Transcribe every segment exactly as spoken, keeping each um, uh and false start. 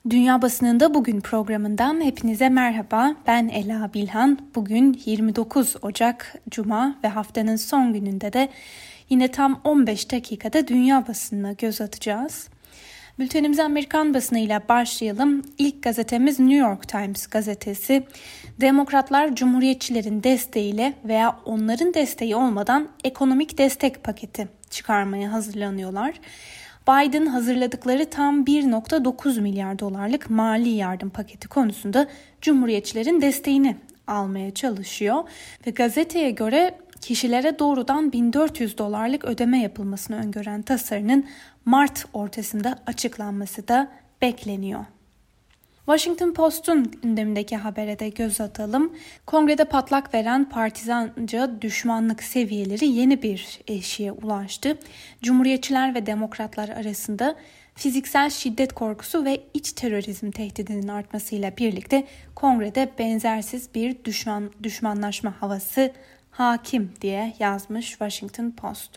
Dünya Basınında Bugün programından hepinize merhaba. Ben Ela Bilhan. Bugün yirmi dokuz Ocak Cuma ve haftanın son gününde de yine tam on beş dakikada dünya basınına göz atacağız. Bültenimize Amerikan basınıyla başlayalım. İlk gazetemiz New York Times gazetesi. Demokratlar Cumhuriyetçilerin desteğiyle veya onların desteği olmadan ekonomik destek paketi çıkarmaya hazırlanıyorlar. Biden hazırladıkları tam bir virgül dokuz milyar dolarlık mali yardım paketi konusunda Cumhuriyetçilerin desteğini almaya çalışıyor ve gazeteye göre kişilere doğrudan bin dört yüz dolarlık ödeme yapılmasını öngören tasarının Mart ortasında açıklanması da bekleniyor. Washington Post'un gündemindeki habere de göz atalım. Kongrede patlak veren partizanca düşmanlık seviyeleri yeni bir eşiğe ulaştı. Cumhuriyetçiler ve demokratlar arasında fiziksel şiddet korkusu ve iç terörizm tehdidinin artmasıyla birlikte kongrede benzersiz bir düşman, düşmanlaşma havası hakim diye yazmış Washington Post.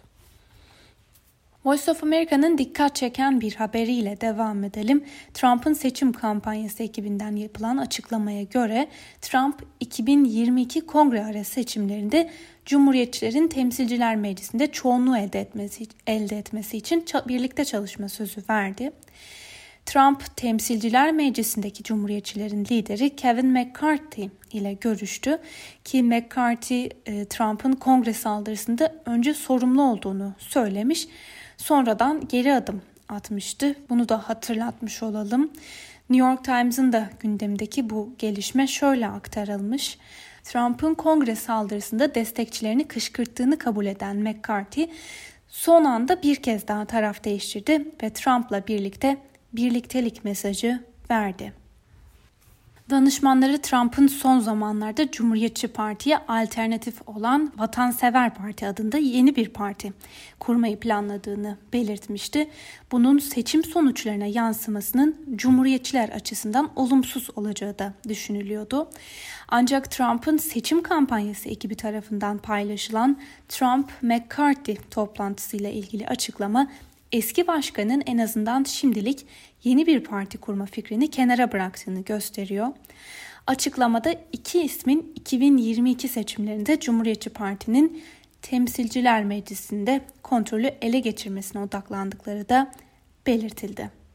Voice of America'nın dikkat çeken bir haberiyle devam edelim. Trump'ın seçim kampanyası ekibinden yapılan açıklamaya göre Trump iki bin yirmi iki kongre arası seçimlerinde Cumhuriyetçilerin Temsilciler Meclisi'nde çoğunluğu elde etmesi, elde etmesi için birlikte çalışma sözü verdi. Trump, Temsilciler Meclisi'ndeki Cumhuriyetçilerin lideri Kevin McCarthy ile görüştü ki McCarthy, Trump'ın kongre saldırısında önce sorumlu olduğunu söylemiş, sonradan geri adım atmıştı. Bunu da hatırlatmış olalım. New York Times'ın da gündemdeki bu gelişme şöyle aktarılmış. Trump'ın kongre saldırısında destekçilerini kışkırttığını kabul eden McCarthy, son anda bir kez daha taraf değiştirdi ve Trump'la birlikte birliktelik mesajı verdi. Danışmanları Trump'ın son zamanlarda Cumhuriyetçi Parti'ye alternatif olan Vatansever Parti adında yeni bir parti kurmayı planladığını belirtmişti. Bunun seçim sonuçlarına yansımasının Cumhuriyetçiler açısından olumsuz olacağı da düşünülüyordu. Ancak Trump'ın seçim kampanyası ekibi tarafından paylaşılan Trump-McCarthy toplantısıyla ilgili açıklama, eski başkanın en azından şimdilik yeni bir parti kurma fikrini kenara bıraktığını gösteriyor. Açıklamada iki ismin iki bin yirmi iki seçimlerinde Cumhuriyetçi Parti'nin Temsilciler Meclisi'nde kontrolü ele geçirmesine odaklandıkları da belirtildi.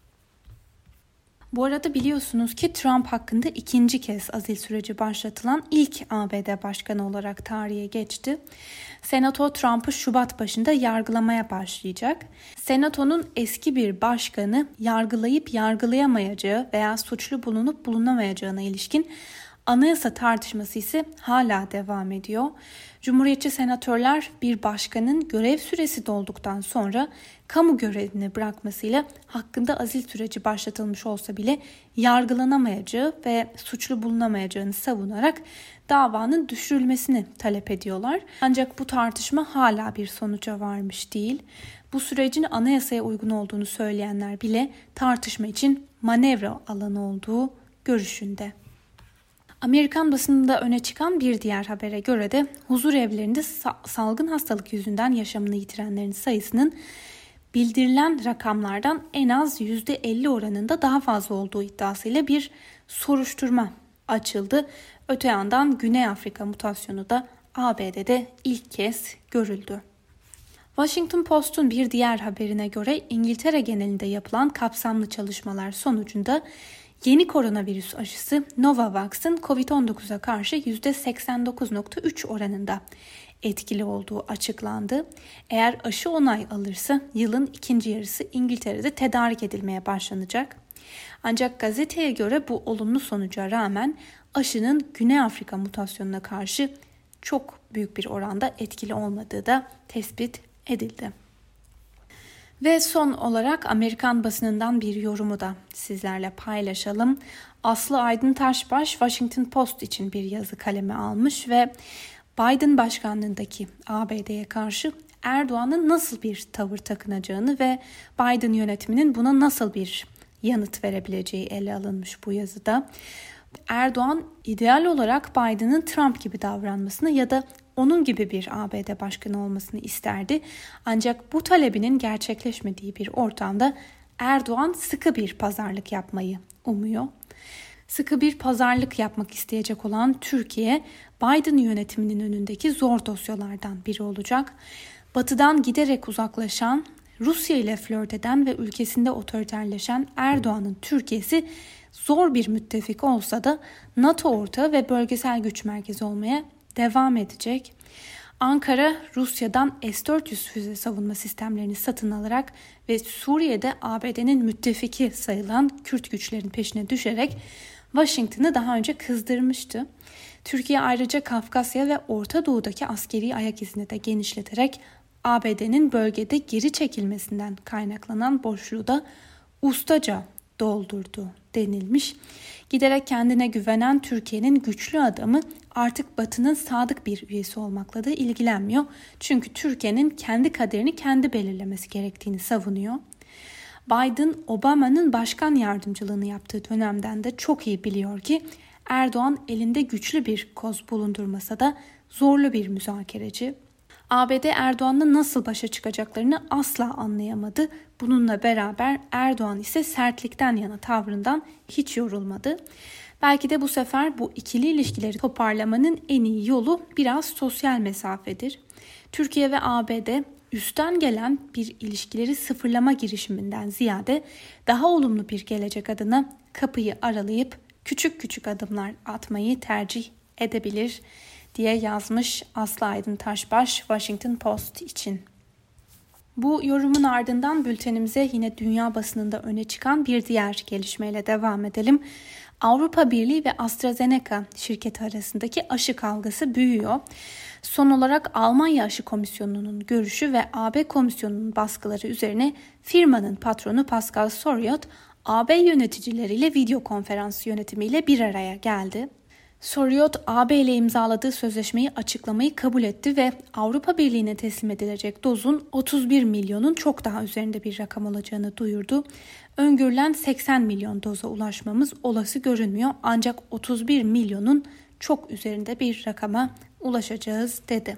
Bu arada biliyorsunuz ki Trump hakkında ikinci kez azil süreci başlatılan ilk A B D başkanı olarak tarihe geçti. Senato Trump'ı Şubat başında yargılamaya başlayacak. Senato'nun eski bir başkanı yargılayıp yargılayamayacağı veya suçlu bulunup bulunamayacağına ilişkin anayasa tartışması ise hala devam ediyor. Cumhuriyetçi senatörler bir başkanın görev süresi dolduktan sonra kamu görevini bırakmasıyla hakkında azil süreci başlatılmış olsa bile yargılanamayacağı ve suçlu bulunamayacağını savunarak davanın düşürülmesini talep ediyorlar. Ancak bu tartışma hala bir sonuca varmış değil. Bu sürecin anayasaya uygun olduğunu söyleyenler bile tartışma için manevra alanı olduğu görüşünde. Amerikan basınında öne çıkan bir diğer habere göre de huzur evlerinde salgın hastalık yüzünden yaşamını yitirenlerin sayısının bildirilen rakamlardan en az yüzde elli oranında daha fazla olduğu iddiasıyla bir soruşturma açıldı. Öte yandan Güney Afrika mutasyonu da A B D'de ilk kez görüldü. Washington Post'un bir diğer haberine göre İngiltere genelinde yapılan kapsamlı çalışmalar sonucunda yeni koronavirüs aşısı Novavax'ın kovid on dokuza karşı yüzde seksen dokuz virgül üç oranında etkili olduğu açıklandı. Eğer aşı onay alırsa yılın ikinci yarısı İngiltere'de tedarik edilmeye başlanacak. Ancak gazeteye göre bu olumlu sonuca rağmen aşının Güney Afrika mutasyonuna karşı çok büyük bir oranda etkili olmadığı da tespit edildi. Ve son olarak Amerikan basınından bir yorumu da sizlerle paylaşalım. Aslı Aydın Taşbaş Washington Post için bir yazı kaleme almış ve Biden başkanlığındaki A B D'ye karşı Erdoğan'ın nasıl bir tavır takınacağını ve Biden yönetiminin buna nasıl bir yanıt verebileceği ele alınmış bu yazıda. Erdoğan ideal olarak Biden'ın Trump gibi davranmasını ya da onun gibi bir A B D başkanı olmasını isterdi. Ancak bu talebinin gerçekleşmediği bir ortamda Erdoğan sıkı bir pazarlık yapmayı umuyor. Sıkı bir pazarlık yapmak isteyecek olan Türkiye, Biden yönetiminin önündeki zor dosyalardan biri olacak. Batı'dan giderek uzaklaşan, Rusya ile flört eden ve ülkesinde otoriterleşen Erdoğan'ın Türkiye'si zor bir müttefik olsa da NATO ortağı ve bölgesel güç merkezi olmaya devam edecek. Ankara, Rusya'dan S dört yüz füze savunma sistemlerini satın alarak ve Suriye'de A B D'nin müttefiki sayılan Kürt güçlerin peşine düşerek Washington'ı daha önce kızdırmıştı. Türkiye ayrıca Kafkasya ve Orta Doğu'daki askeri ayak izini de genişleterek A B D'nin bölgede geri çekilmesinden kaynaklanan boşluğu da ustaca doldurdu denilmiş. Giderek kendine güvenen Türkiye'nin güçlü adamı artık Batı'nın sadık bir üyesi olmakla da ilgilenmiyor. Çünkü Türkiye'nin kendi kaderini kendi belirlemesi gerektiğini savunuyor. Biden, Obama'nın başkan yardımcılığını yaptığı dönemden de çok iyi biliyor ki Erdoğan elinde güçlü bir koz bulundurmasa da zorlu bir müzakereci. A B D Erdoğan'la nasıl başa çıkacaklarını asla anlayamadı. Bununla beraber Erdoğan ise sertlikten yana tavrından hiç yorulmadı. Belki de bu sefer bu ikili ilişkileri toparlamanın en iyi yolu biraz sosyal mesafedir. Türkiye ve A B D üstten gelen bir ilişkileri sıfırlama girişiminden ziyade daha olumlu bir gelecek adına kapıyı aralayıp küçük küçük adımlar atmayı tercih edebilir diye yazmış Aslı Aydın Taşbaş Washington Post için. Bu yorumun ardından bültenimize yine dünya basınında öne çıkan bir diğer gelişmeyle devam edelim. Avrupa Birliği ve AstraZeneca şirketi arasındaki aşı kavgası büyüyor. Son olarak Almanya Aşı Komisyonu'nun görüşü ve A B Komisyonu'nun baskıları üzerine firmanın patronu Pascal Soriot, A B yöneticileriyle video konferans yönetimiyle bir araya geldi. Soriot, A B ile imzaladığı sözleşmeyi açıklamayı kabul etti ve Avrupa Birliği'ne teslim edilecek dozun otuz bir milyonun çok daha üzerinde bir rakam olacağını duyurdu. Öngörülen seksen milyon doza ulaşmamız olası görünmüyor ancak otuz bir milyonun çok üzerinde bir rakama ulaşacağız dedi.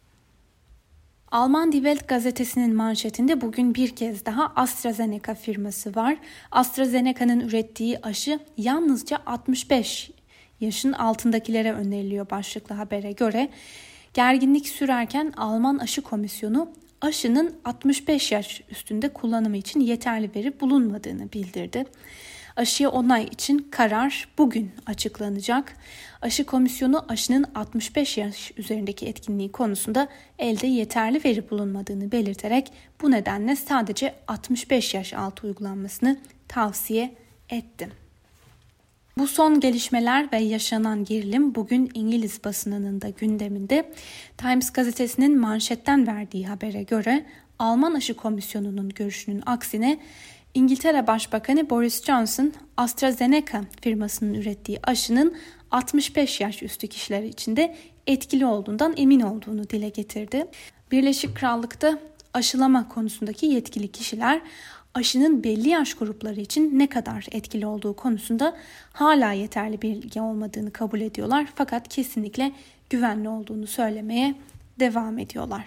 Alman Die Welt gazetesinin manşetinde bugün bir kez daha AstraZeneca firması var. AstraZeneca'nın ürettiği aşı yalnızca altmış beş yaşın altındakilere öneriliyor başlıklı habere göre. Gerginlik sürerken Alman Aşı Komisyonu aşının altmış beş yaş üstünde kullanımı için yeterli veri bulunmadığını bildirdi. Aşıya onay için karar bugün açıklanacak. Aşı Komisyonu aşının altmış beş yaş üzerindeki etkinliği konusunda elde yeterli veri bulunmadığını belirterek bu nedenle sadece altmış beş yaş altı uygulanmasını tavsiye etti. Bu son gelişmeler ve yaşanan gerilim bugün İngiliz basınının da gündeminde. Times gazetesinin manşetten verdiği habere göre Alman Aşı Komisyonu'nun görüşünün aksine İngiltere Başbakanı Boris Johnson, AstraZeneca firmasının ürettiği aşının altmış beş yaş üstü kişiler için de etkili olduğundan emin olduğunu dile getirdi. Birleşik Krallık'ta aşılama konusundaki yetkili kişiler aşının belli yaş grupları için ne kadar etkili olduğu konusunda hala yeterli bilgi olmadığını kabul ediyorlar fakat kesinlikle güvenli olduğunu söylemeye devam ediyorlar.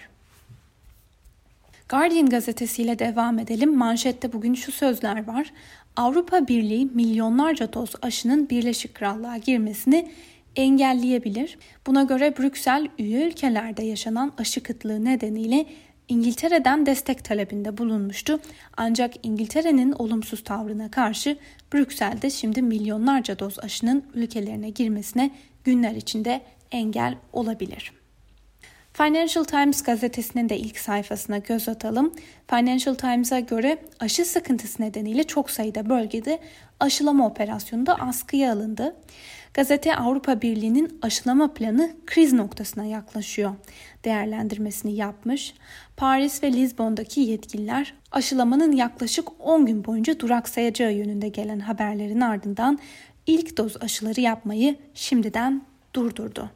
Guardian gazetesiyle devam edelim. Manşette bugün şu sözler var. Avrupa Birliği milyonlarca doz aşının Birleşik Krallığa girmesini engelleyebilir. Buna göre Brüksel üye ülkelerde yaşanan aşı kıtlığı nedeniyle İngiltere'den destek talebinde bulunmuştu. Ancak İngiltere'nin olumsuz tavrına karşı Brüksel'de şimdi milyonlarca doz aşının ülkelerine girmesine günler içinde engel olabilir. Financial Times gazetesinin de ilk sayfasına göz atalım. Financial Times'a göre aşı sıkıntısı nedeniyle çok sayıda bölgede aşılama operasyonu da askıya alındı. Gazete Avrupa Birliği'nin aşılama planı kriz noktasına yaklaşıyor değerlendirmesini yapmış. Paris ve Lizbon'daki yetkililer aşılamanın yaklaşık on gün boyunca duraksayacağı yönünde gelen haberlerin ardından ilk doz aşıları yapmayı şimdiden durdurdu.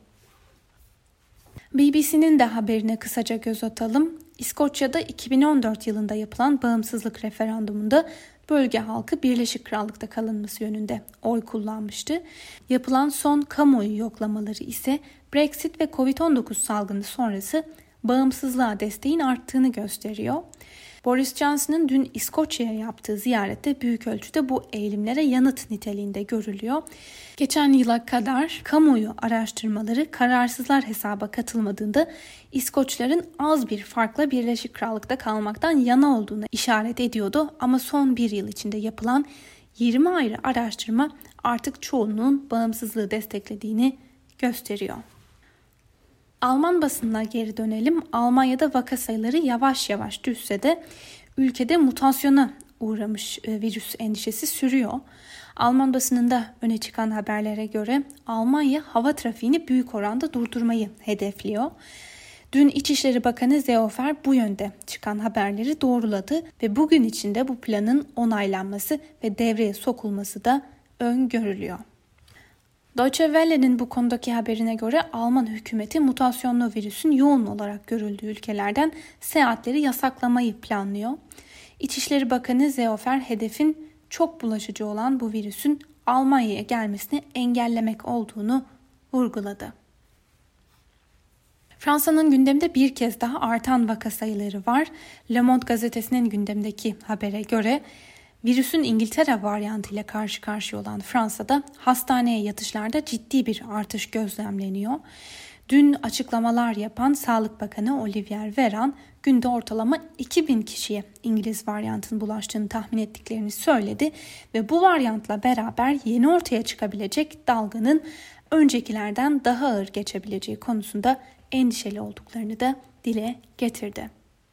B B C'nin de haberine kısaca göz atalım. İskoçya'da iki bin on dört yılında yapılan bağımsızlık referandumunda bölge halkı Birleşik Krallık'ta kalınması yönünde oy kullanmıştı. Yapılan son kamuoyu yoklamaları ise Brexit ve kovid on dokuz salgını sonrası bağımsızlığa desteğin arttığını gösteriyor. Boris Johnson'ın dün İskoçya'ya yaptığı ziyarette büyük ölçüde bu eğilimlere yanıt niteliğinde görülüyor. Geçen yıla kadar kamuoyu araştırmaları kararsızlar hesaba katılmadığında İskoçların az bir farkla Birleşik Krallık'ta kalmaktan yana olduğunu işaret ediyordu. Ama son bir yıl içinde yapılan yirmi ayrı araştırma artık çoğunluğun bağımsızlığı desteklediğini gösteriyor. Alman basınına geri dönelim. Almanya'da vaka sayıları yavaş yavaş düşse de ülkede mutasyona uğramış virüs endişesi sürüyor. Alman basınında öne çıkan haberlere göre Almanya hava trafiğini büyük oranda durdurmayı hedefliyor. Dün İçişleri Bakanı Seehofer bu yönde çıkan haberleri doğruladı ve bugün içinde bu planın onaylanması ve devreye sokulması da öngörülüyor. Deutsche Welle'nin bu konudaki haberine göre Alman hükümeti mutasyonlu virüsün yoğun olarak görüldüğü ülkelerden seyahatleri yasaklamayı planlıyor. İçişleri Bakanı Seehofer hedefin çok bulaşıcı olan bu virüsün Almanya'ya gelmesini engellemek olduğunu vurguladı. Fransa'nın gündemde bir kez daha artan vaka sayıları var. Le Monde gazetesinin gündemdeki habere göre virüsün İngiltere varyantıyla karşı karşıya olan Fransa'da hastaneye yatışlarda ciddi bir artış gözlemleniyor. Dün açıklamalar yapan Sağlık Bakanı Olivier Véran günde ortalama iki bin kişiye İngiliz varyantının bulaştığını tahmin ettiklerini söyledi ve bu varyantla beraber yeni ortaya çıkabilecek dalganın öncekilerden daha ağır geçebileceği konusunda endişeli olduklarını da dile getirdi.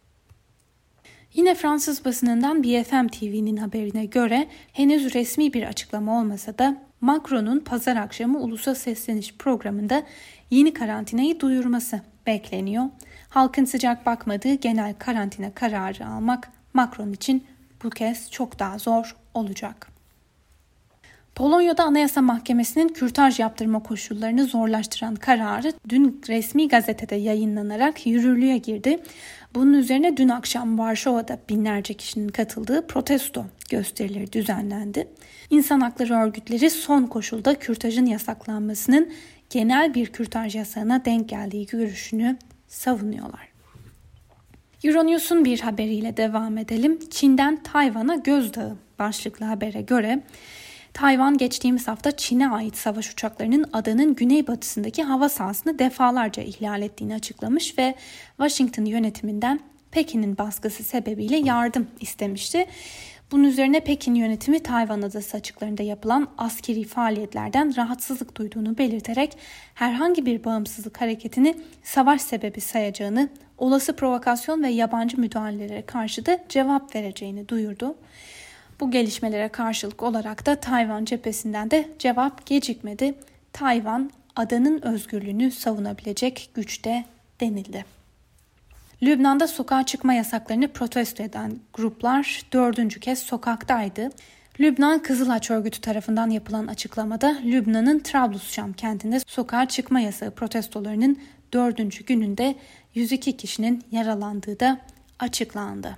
Yine Fransız basınından B F M T V'nin haberine göre henüz resmi bir açıklama olmasa da Macron'un pazar akşamı ulusal sesleniş programında yeni karantinayı duyurması bekleniyor. Halkın sıcak bakmadığı genel karantina kararı almak Macron için bu kez çok daha zor olacak. Polonya'da Anayasa Mahkemesi'nin kürtaj yaptırma koşullarını zorlaştıran kararı dün resmi gazetede yayınlanarak yürürlüğe girdi. Bunun üzerine dün akşam Varşova'da binlerce kişinin katıldığı protesto gösterileri düzenlendi. İnsan hakları örgütleri son koşulda kürtajın yasaklanmasının genel bir kürtaj yasağına denk geldiği görüşünü savunuyorlar. Euronews'un bir haberiyle devam edelim. Çin'den Tayvan'a gözdağı başlıklı habere göre Tayvan geçtiğimiz hafta Çin'e ait savaş uçaklarının adanın güneybatısındaki hava sahasını defalarca ihlal ettiğini açıklamış ve Washington yönetiminden Pekin'in baskısı sebebiyle yardım istemişti. Bunun üzerine Pekin yönetimi Tayvan adası açıklarında yapılan askeri faaliyetlerden rahatsızlık duyduğunu belirterek herhangi bir bağımsızlık hareketini savaş sebebi sayacağını, olası provokasyon ve yabancı müdahalelere karşı da cevap vereceğini duyurdu. Bu gelişmelere karşılık olarak da Tayvan cephesinden de cevap gecikmedi. Tayvan adanın özgürlüğünü savunabilecek güçte denildi. Lübnan'da sokağa çıkma yasaklarını protesto eden gruplar dördüncü kez sokaktaydı. Lübnan Kızılaç Örgütü tarafından yapılan açıklamada Lübnan'ın Trablusşam kentinde sokağa çıkma yasağı protestolarının dördüncü gününde yüz iki kişinin yaralandığı da açıklandı.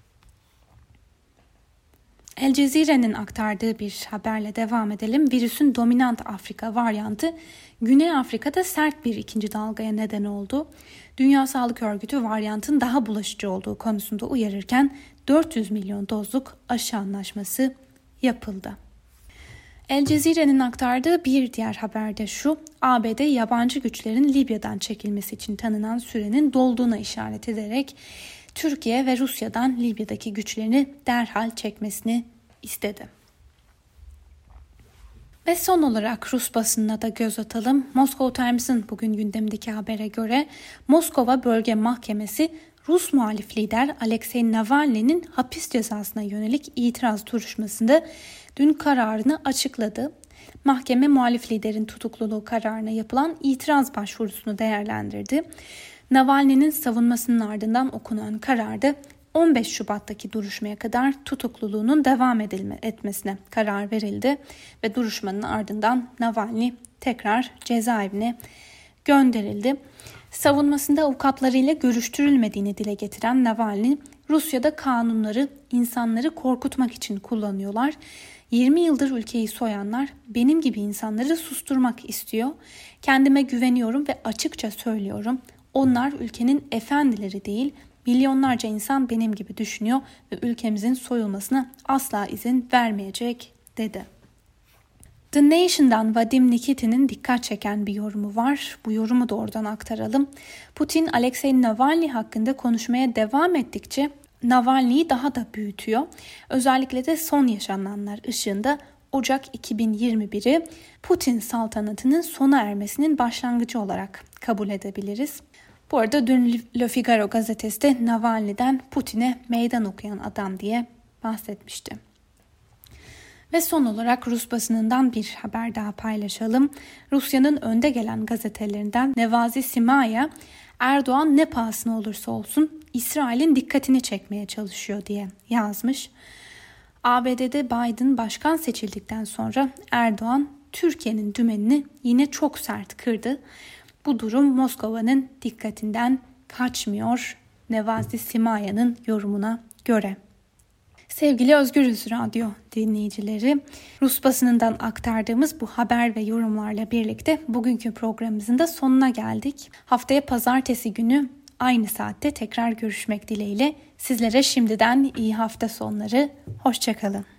El Cezire'nin aktardığı bir haberle devam edelim. Virüsün dominant Afrika varyantı Güney Afrika'da sert bir ikinci dalgaya neden oldu. Dünya Sağlık Örgütü varyantın daha bulaşıcı olduğu konusunda uyarırken dört yüz milyon dozluk aşı anlaşması yapıldı. El Cezire'nin aktardığı bir diğer haberde şu: A B D yabancı güçlerin Libya'dan çekilmesi için tanınan sürenin dolduğuna işaret ederek Türkiye ve Rusya'dan Libya'daki güçlerini derhal çekmesini istedi. Ve son olarak Rus basınına da göz atalım. Moscow Times'ın bugün gündemdeki habere göre Moskova Bölge Mahkemesi Rus muhalif lider Alexei Navalny'nin hapis cezasına yönelik itiraz duruşmasında dün kararını açıkladı. Mahkeme muhalif liderin tutukluluğu kararına yapılan itiraz başvurusunu değerlendirdi. Navalny'nin savunmasının ardından okunan kararda on beş Şubat'taki duruşmaya kadar tutukluluğunun devam edilme, etmesine karar verildi ve duruşmanın ardından Navalny tekrar cezaevine gönderildi. Savunmasında avukatlarıyla görüştürülmediğini dile getiren Navalny, Rusya'da kanunları insanları korkutmak için kullanıyorlar. yirmi yıldır ülkeyi soyanlar benim gibi insanları susturmak istiyor. Kendime güveniyorum ve açıkça söylüyorum. Onlar ülkenin efendileri değil, Milyonlarca insan benim gibi düşünüyor ve ülkemizin soyulmasına asla izin vermeyecek, dedi. The Nation'dan Vadim Nikitin'in dikkat çeken bir yorumu var. Bu yorumu da oradan aktaralım. Putin, Alexei Navalny hakkında konuşmaya devam ettikçe Navalny'yi daha da büyütüyor. Özellikle de son yaşananlar ışığında Ocak iki bin yirmi bir'i Putin saltanatının sona ermesinin başlangıcı olarak kabul edebiliriz. Bu arada dün Le Figaro gazetesi de Navalny'den Putin'e meydan okuyan adam diye bahsetmişti. Ve son olarak Rus basınından bir haber daha paylaşalım. Rusya'nın önde gelen gazetelerinden Nevazi Simaya, Erdoğan ne pahasına olursa olsun İsrail'in dikkatini çekmeye çalışıyor diye yazmış. A B D'de Biden başkan seçildikten sonra Erdoğan Türkiye'nin dümenini yine çok sert kırdı. Bu durum Moskova'nın dikkatinden kaçmıyor Nevazi Simaya'nın yorumuna göre. Sevgili Özgürüz Radyo dinleyicileri, Rus basınından aktardığımız bu haber ve yorumlarla birlikte bugünkü programımızın da sonuna geldik. Haftaya pazartesi günü aynı saatte tekrar görüşmek dileğiyle sizlere şimdiden iyi hafta sonları, hoşça kalın.